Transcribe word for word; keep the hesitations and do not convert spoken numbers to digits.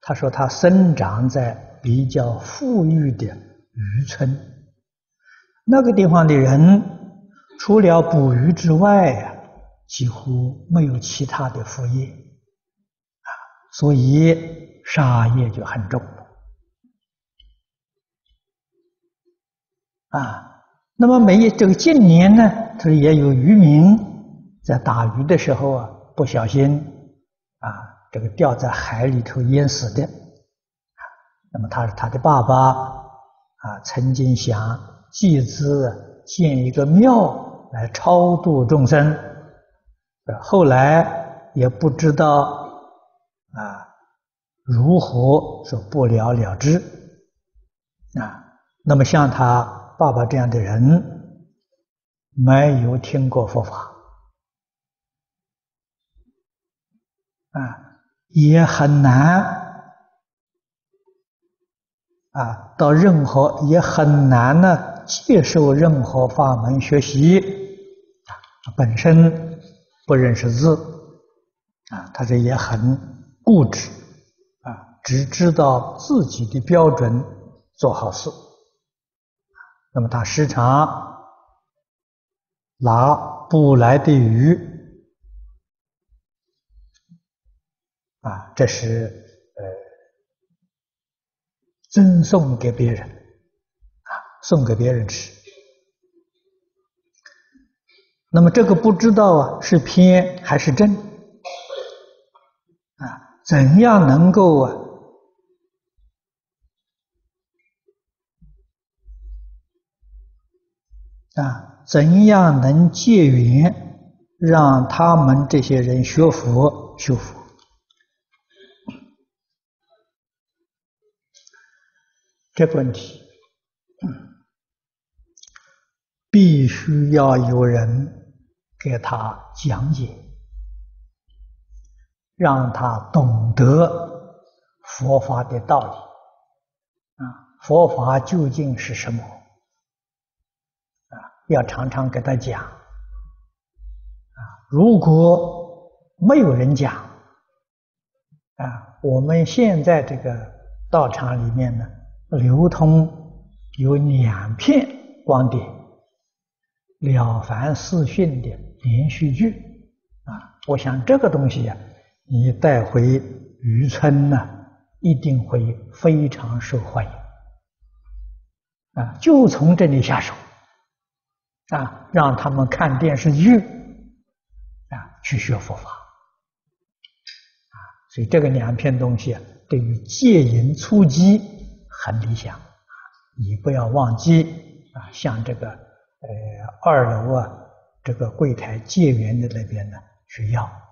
他说他生长在比较富裕的渔村，那个地方的人除了捕鱼之外呀，几乎没有其他的副业啊，所以杀业就很重啊。那么每一这个近年呢，他也有渔民在打鱼的时候啊，不小心啊，这个掉在海里头淹死的。那么他他的爸爸啊，曾经想集资建一个庙来超度众生，后来也不知道啊如何说不了了之啊。那么像他爸爸这样的人，没有听过佛法啊，也很难啊，到任何也很难呢接受任何法门学习啊，本身不认识字啊，他这也很固执啊，只知道自己的标准做好事。那么他时常拿捕来的鱼啊，这是呃赠送给别人啊，送给别人吃。那么这个不知道啊是偏还是正啊？怎样能够啊啊，怎样能结缘，让他们这些人学佛修佛？这个问题，必须要有人给他讲解，让他懂得佛法的道理啊，佛法究竟是什么？要常常给他讲啊！如果没有人讲啊，我们现在这个道场里面呢，流通有两片光碟，《了凡四训》的连续剧啊，我想这个东西呀、啊，你带回渔村呢，一定会非常受欢迎啊！就从这里下手。啊，让他们看电视剧，啊，去学佛法，啊，所以这个两片东西啊，对于戒淫初机很理想，你不要忘记啊，向这个呃二楼啊这个柜台戒缘的那边呢去要。